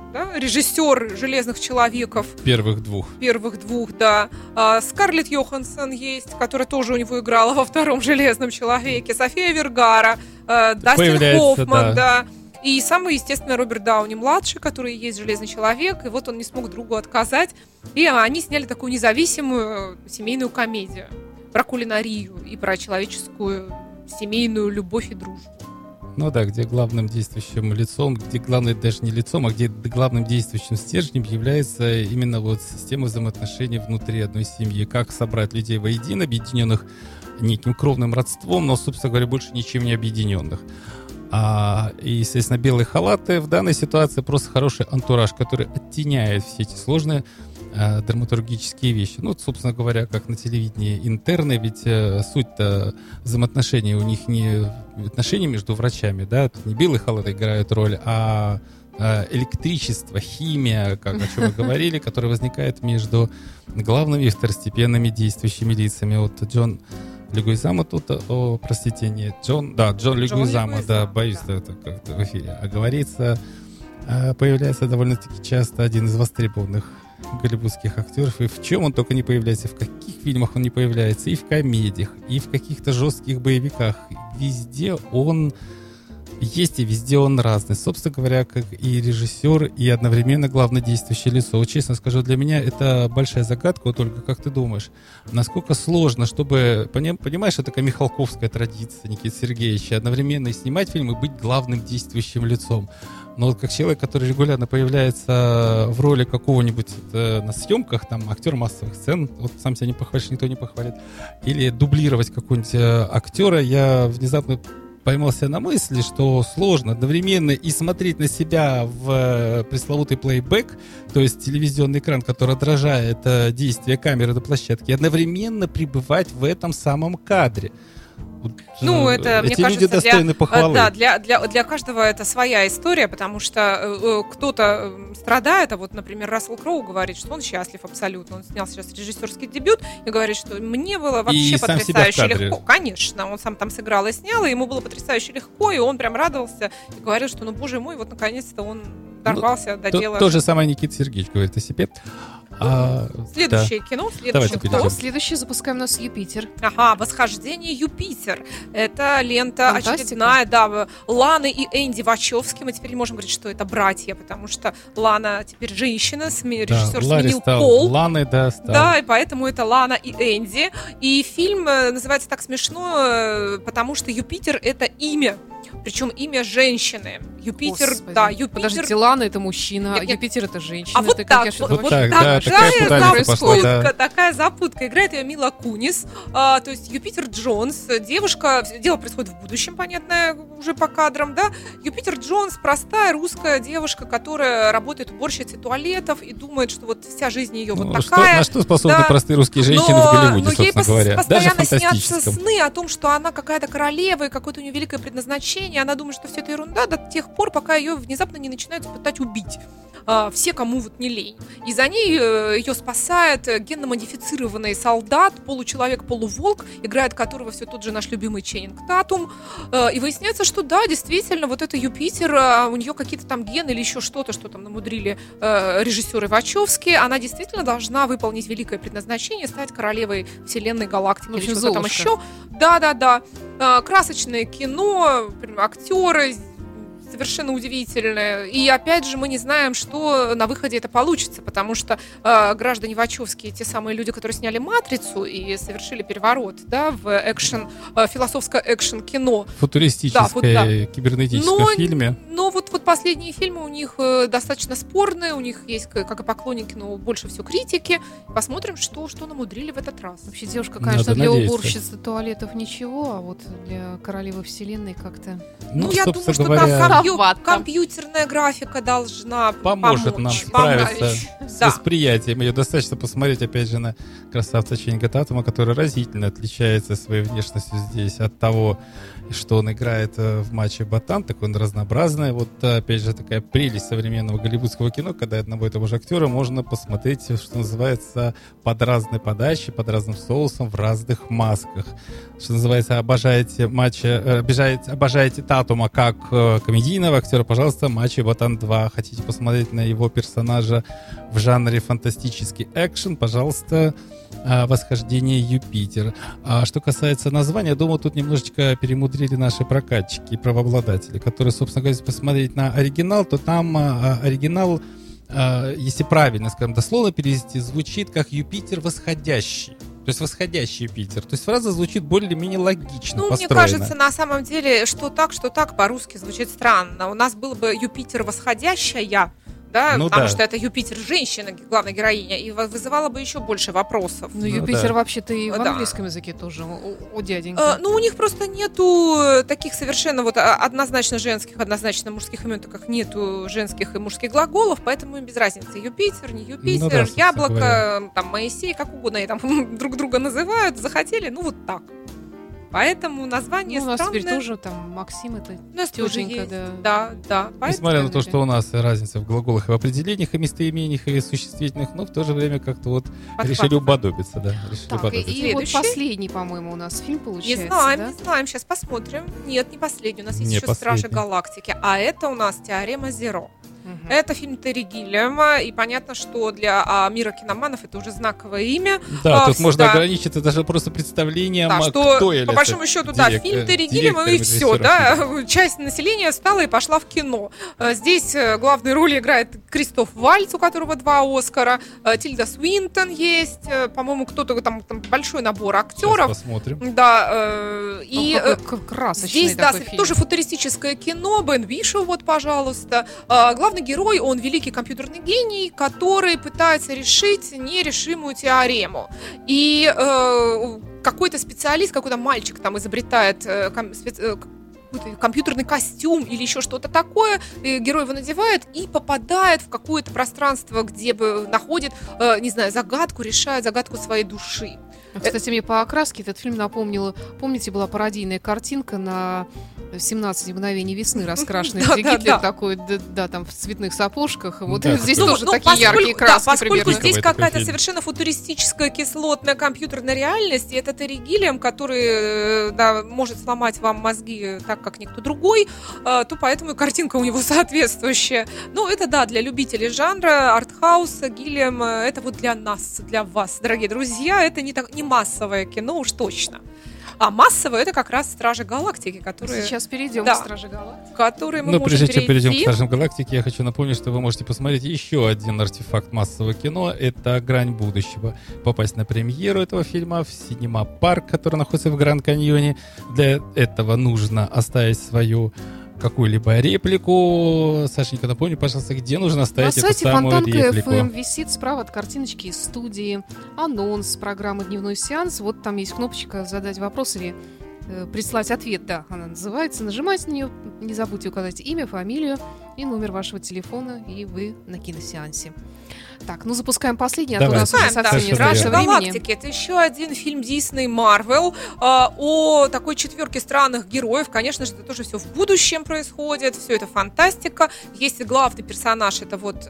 да, режиссер «Железных человеков». Первых двух, да. Скарлетт Йоханссон есть, которая тоже у него играла во втором «Железном человеке». София Вергара, Дастин Хоффман, да. И самый, естественно, Роберт Дауни-младший, который есть «Железный человек», и вот он не смог другу отказать. И они сняли такую независимую семейную комедию про кулинарию и про человеческую семейную любовь и дружбу. Ну да, где главным действующим лицом, где главным даже не лицом, а где главным действующим стержнем является именно вот система взаимоотношений внутри одной семьи. Как собрать людей воедино, объединенных неким кровным родством, но, собственно говоря, больше ничем не объединенных. И, естественно, белые халаты в данной ситуации просто хороший антураж, который оттеняет все эти сложные драматургические вещи. Ну, собственно говоря, как на телевидении интерны, ведь суть-то взаимоотношений у них не отношения между врачами, да, тут не белые халаты играют роль, а электричество, химия, как о чем мы говорили, которая возникает между главными и второстепенными действующими лицами. Вот Джон Легуизамо тут, Джон Легуизамо, да, боюсь, это как-то в эфире оговориться, появляется довольно-таки часто один из востребованных голливудских актеров, и в чем он только не появляется, в каких фильмах он не появляется, и в комедиях, и в каких-то жестких боевиках. Везде он есть, и везде он разный. Собственно говоря, как и режиссер, и одновременно главное действующее лицо. Вот честно скажу, для меня это большая загадка. Вот, только как ты думаешь, насколько сложно, чтобы, понимаешь, это такая михалковская традиция Никиты Сергеевича, одновременно и снимать фильм, и быть главным действующим лицом. Но вот как человек, который регулярно появляется в роли какого-нибудь на съемках, там, актер массовых сцен, вот сам себя не похвалишь, никто не похвалит, или дублировать какого-нибудь актера, я внезапно поймался на мысли, что сложно одновременно и смотреть на себя в пресловутый плейбэк, то есть телевизионный экран, который отражает действие камеры на площадке, и одновременно пребывать в этом самом кадре. Ну, это, мне кажется, люди достойны похвалы. Да, для каждого это своя история, потому что кто-то страдает, а вот, например, Рассел Кроу говорит, что он счастлив абсолютно. Он снял сейчас режиссерский дебют и говорит, что мне было вообще потрясающе легко. Конечно, он сам там сыграл и снял, и ему было потрясающе легко, и он прям радовался и говорил, что, ну, боже мой, вот наконец-то он дорвался до дела. То же самое Никита Сергеевич говорит о себе. Следующее кино. Следующее запускаем у нас «Юпитер». Ага, «Восхождение Юпитер». Это лента очередная, да, Ланы и Энди Вачовски. Мы теперь не можем говорить, что это братья, потому что Лана теперь женщина, режиссер сменил пол. Ланой, да, стал. Да, и поэтому это Лана и Энди. И фильм называется так смешно, потому что Юпитер — это имя. Причем имя женщины. Юпитер, Господи. да, Юпитер. Подождите, Лана — это мужчина, а Юпитер — это женщина. А вот это так, такая запутка. Играет ее Мила Кунис. То есть Юпитер Джонс, девушка, дело происходит в будущем, понятно, уже по кадрам, да. Юпитер Джонс, простая русская девушка, которая работает уборщицей туалетов и думает, что вот вся жизнь ее вот такая. На что способны простые русские женщины в Голливуде, собственно говоря? Постоянно снятся сны о том, что она какая-то королева и какое-то у нее великое предназначение. Она думает, что все это ерунда до тех пор, пока ее внезапно не начинают пытать убить. Все, кому вот не лень. И за ней ее спасает генно-модифицированный солдат, получеловек, полуволк, играет которого все тот же наш любимый Ченнинг Татум. И выясняется, что да, действительно, вот это Юпитер, у нее какие-то там гены или еще что-то, что там намудрили режиссеры Вачовски. Она действительно должна выполнить великое предназначение, стать королевой вселенной, галактики или что-то там еще. Да. Красочное кино, актеры совершенно удивительное. И опять же, мы не знаем, что на выходе это получится, потому что граждане Вачовски, те самые люди, которые сняли «Матрицу» и совершили переворот, да, в философское экшн-кино. Футуристическое, кибернетическое фильме. Но вот последние фильмы у них достаточно спорные, у них есть, как и поклонники, но больше всего критики. Посмотрим, что намудрили в этот раз. Вообще, девушка, конечно, для уборщицы туалетов ничего, а вот для королевы вселенной как-то... Я думаю, что там компьютерная графика должна поможет нам справиться с восприятием. Ее достаточно посмотреть, опять же, на красавца Ченнинга Татума, который разительно отличается своей внешностью здесь от того, что он играет в матче «Ботан». Такой он разнообразный. Вот опять же, такая прелесть современного голливудского кино, когда одного и того же актера можно посмотреть, что называется, под разной подачей, под разным соусом, в разных масках. Что называется, обожаете Татума как комедийного актера, пожалуйста, Мачо Ботан 2. Хотите посмотреть на его персонажа в жанре фантастический экшен, пожалуйста, «Восхождение Юпитер». А что касается названия, думаю, тут немножечко перемудрили наши прокатчики и правообладатели, которые, собственно говоря, если посмотреть на оригинал, то там оригинал, если правильно, скажем, дословно перевести, звучит как «Юпитер восходящий». То есть восходящий Юпитер. То есть фраза звучит более-менее логично, Ну, построена. мне кажется, на самом деле, что так по-русски звучит странно. У нас было бы «Юпитер восходящая», да, ну, потому да. что это Юпитер женщина, главная героиня, и вызывало бы еще больше вопросов. Ну, Юпитер да. вообще-то и в Да. английском языке тоже у дяденьки. Ну, у них просто нету таких совершенно вот однозначно женских, однозначно мужских имен, так как нету женских и мужских глаголов, поэтому им без разницы. Юпитер, не Юпитер, Ну да, собственно яблоко, говоря. там, Моисей, как угодно, и там друг друга называют, захотели, ну, вот так. Поэтому название Ну, у нас странное. теперь тоже там Максим, это У нас тоже тетенька, есть. да. Да. Поэтому... Несмотря на то, что у нас разница в глаголах и в определениях, и местоимениях, и существительных, но в то же время как-то вот решили уподобиться, да. Решили Так, уподобиться. и вот Следующий. последний, по-моему, у нас фильм получается, Не знаем, сейчас посмотрим. Нет, не последний, у нас есть Не еще последний. «Стражи Галактики», а это у нас «Теорема Зеро». Мгм. Это фильм Терри Гиллиама, и понятно, что для мира киноманов это уже знаковое имя. Да, тут можно да. ограничиться даже просто представлением, Да, кто что является по большому счету, да, фильм Терри Гиллиама, и все, да, часть населения встала и пошла в кино. Здесь главную роль играет Кристоф Вальц, у которого 2 Оскара, Тильда Свинтон есть, по-моему, кто-то там большой набор актеров. Посмотрим. Да, и Какой красочный здесь, да, такой фильм. тоже футуристическое кино, Бен Вишоу, вот, пожалуйста. Главный герой, он великий компьютерный гений, который пытается решить нерешимую теорему. И какой-то специалист, какой-то мальчик там изобретает какой-то компьютерный костюм или еще что-то такое, герой его надевает и попадает в какое-то пространство, где бы находит, не знаю, загадку, решает загадку своей души. Кстати, мне по окраске этот фильм напомнил, помните, была пародийная картинка на 17 мгновений весны, раскрашенный, Да, где да, Гитлер да. такой, да, там в цветных сапожках. Вот Да, здесь такой. тоже такие яркие краски поскольку примерно. здесь Такой какая-то фильм. совершенно футуристическая кислотная компьютерная реальность, и это Терри Гиллиам, который да, может сломать вам мозги так, как никто другой, то поэтому и картинка у него соответствующая. Ну, это да, для любителей жанра, артхауса, Гиллиам, это вот для нас, для вас, дорогие друзья, это не массовое кино уж точно. А массовое — это как раз «Стражи Галактики», которые, Сейчас перейдем Да. к «Стражи Галактики». которые мы Но можем прежде чем перейдем к перейти. «Стражам Галактики», я хочу напомнить, что вы можете посмотреть еще один артефакт массового кино. Это «Грань будущего». Попасть на премьеру этого фильма в Синема Парк, который находится в Гранд-Каньоне. Для этого нужно оставить свою какую-либо реплику. Сашенька, напомни, пожалуйста, где нужно На оставить эту сайте самую Фонтанка реплику. FM висит справа от картиночки из студии анонс программы «Дневной сеанс». Вот там есть кнопочка «Задать вопрос» или прислать ответ, да, она называется. Нажимайте на нее, не забудьте указать имя, фамилию и номер вашего телефона, и вы на киносеансе. Так, ну запускаем последний, а то у Давай. нас уже Запускаем, совсем да. нет «Стражи больше времени. Галактики» — это еще один фильм Disney Marvel о такой четверке странных героев. Конечно же, это тоже все в будущем происходит, все это фантастика. Есть и главный персонаж, это вот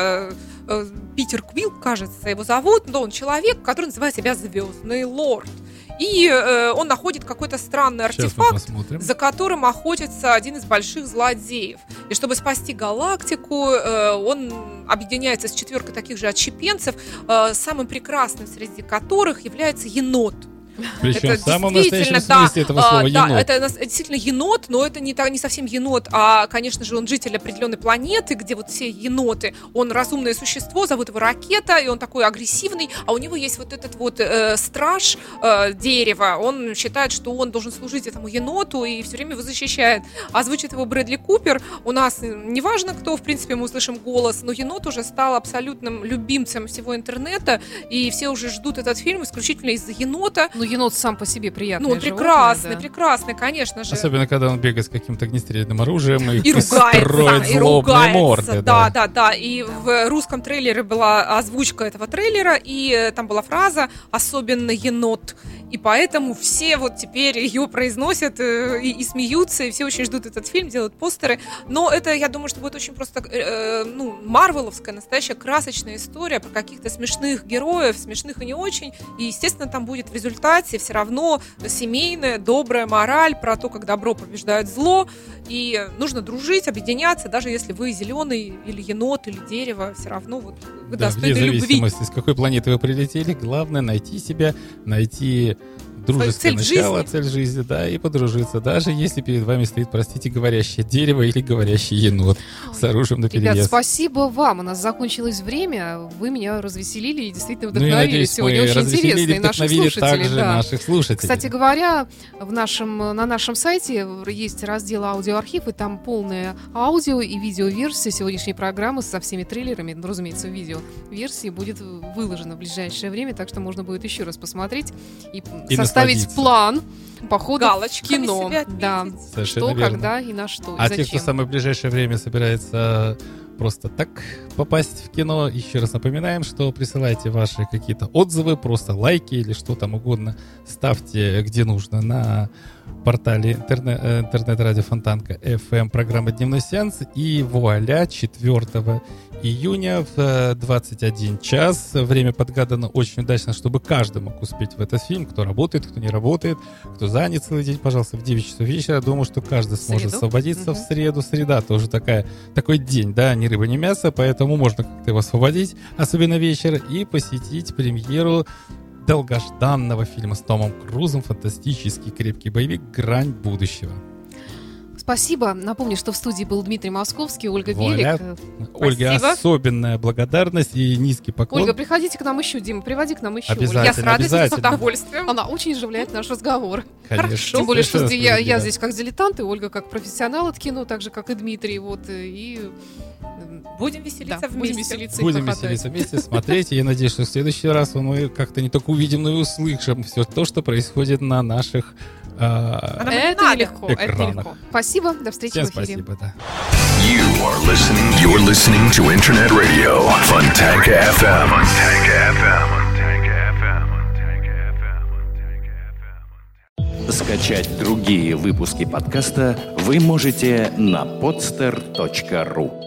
Питер Квилл, кажется, его зовут, но он человек, который называет себя Звездный Лорд. И он находит какой-то странный Сейчас мы артефакт, посмотрим. за которым охотится один из больших злодеев. И чтобы спасти галактику, он объединяется с четверкой таких же отщепенцев, самым прекрасным среди которых является енот. Причем Это в самом действительно, настоящем смысле этого слова да, енот. это действительно енот, но это не совсем енот, а, конечно же, он житель определенной планеты, где вот все еноты. Он разумное существо, зовут его Ракета, и он такой агрессивный, а у него есть вот этот вот страж дерева. Он считает, что он должен служить этому еноту и все время его защищает. Озвучит его Брэдли Купер. У нас неважно, кто, в принципе, мы услышим голос, но енот уже стал абсолютным любимцем всего интернета, и все уже ждут этот фильм исключительно из-за енота. Ну, енот сам по себе приятный. Ну, он прекрасный, конечно же. Особенно, когда он бегает с каким-то огнестрельным оружием и, И строит ругается, злобные морды. Да. И в русском трейлере была озвучка этого трейлера, и там была фраза «особенно енот». и поэтому все вот теперь ее произносят и смеются, и все очень ждут этот фильм, делают постеры. Но это, я думаю, что будет очень просто, марвеловская, настоящая красочная история про каких-то смешных героев, смешных и не очень. И, естественно, там будет в результате все равно семейная, добрая мораль про то, как добро побеждает зло. И нужно дружить, объединяться, даже если вы зеленый или енот, или дерево, все равно вот вы достойны любви. Вне зависимости, с какой планеты вы прилетели, главное найти себя, найти дружеское начало, цель жизни, да, и подружиться, даже если перед вами стоит, простите, говорящее дерево или говорящий енот с оружием наперевес. Ребят, спасибо вам, у нас закончилось время, вы меня развеселили и действительно вдохновили. Ну, я надеюсь, сегодня очень интересно, и наших слушателей. Также наших слушателей. Кстати говоря, на нашем сайте есть раздел аудиоархив, и там полное аудио и видеоверсия сегодняшней программы со всеми трейлерами, ну, разумеется, видеоверсии будет выложена в ближайшее время, так что можно будет еще раз посмотреть и составить план похода в кино. Да. Что, верно. Когда и на что. А и зачем. те, кто в самое ближайшее время собирается просто так попасть в кино, еще раз напоминаем, что присылайте ваши какие-то отзывы, просто лайки или что там угодно. Ставьте где нужно на портале интернет-радио Фонтанка FM программа «Дневной сеанс». И вуаля, 4 июня в 21 час. Время подгадано очень удачно, чтобы каждый мог успеть в этот фильм. Кто работает, кто не работает, кто занят целый день, пожалуйста, в 9 часов вечера. Думаю, что каждый сможет освободиться в среду. Среда тоже такой день, да, ни рыба, ни мясо, поэтому можно как-то его освободить, особенно вечер, и посетить премьеру долгожданного фильма с Томом Крузом, фантастический крепкий боевик «Грань будущего». Спасибо. Напомню, что в студии был Дмитрий Московский, Ольга Белик. Ольге особенная благодарность и низкий поклон. Ольга, приходите к нам еще, Дима, приводи к нам еще. Обязательно, Я с радостью, обязательно. с удовольствием. Она очень оживляет наш разговор. Конечно. Тем более, что я здесь как дилетант, и Ольга как профессионал от кино, так же, как и Дмитрий. Вот, и будем веселиться вместе. Будем веселиться вместе, смотреть. И я надеюсь, что в следующий раз мы как-то не только увидим, но и услышим все то, что происходит на наших это нелегко. Спасибо, до встречи Всем в эфире. Спасибо, да. You're listening to Internet Radio Fontanka FM. Скачать другие выпуски подкаста вы можете на podster.ru.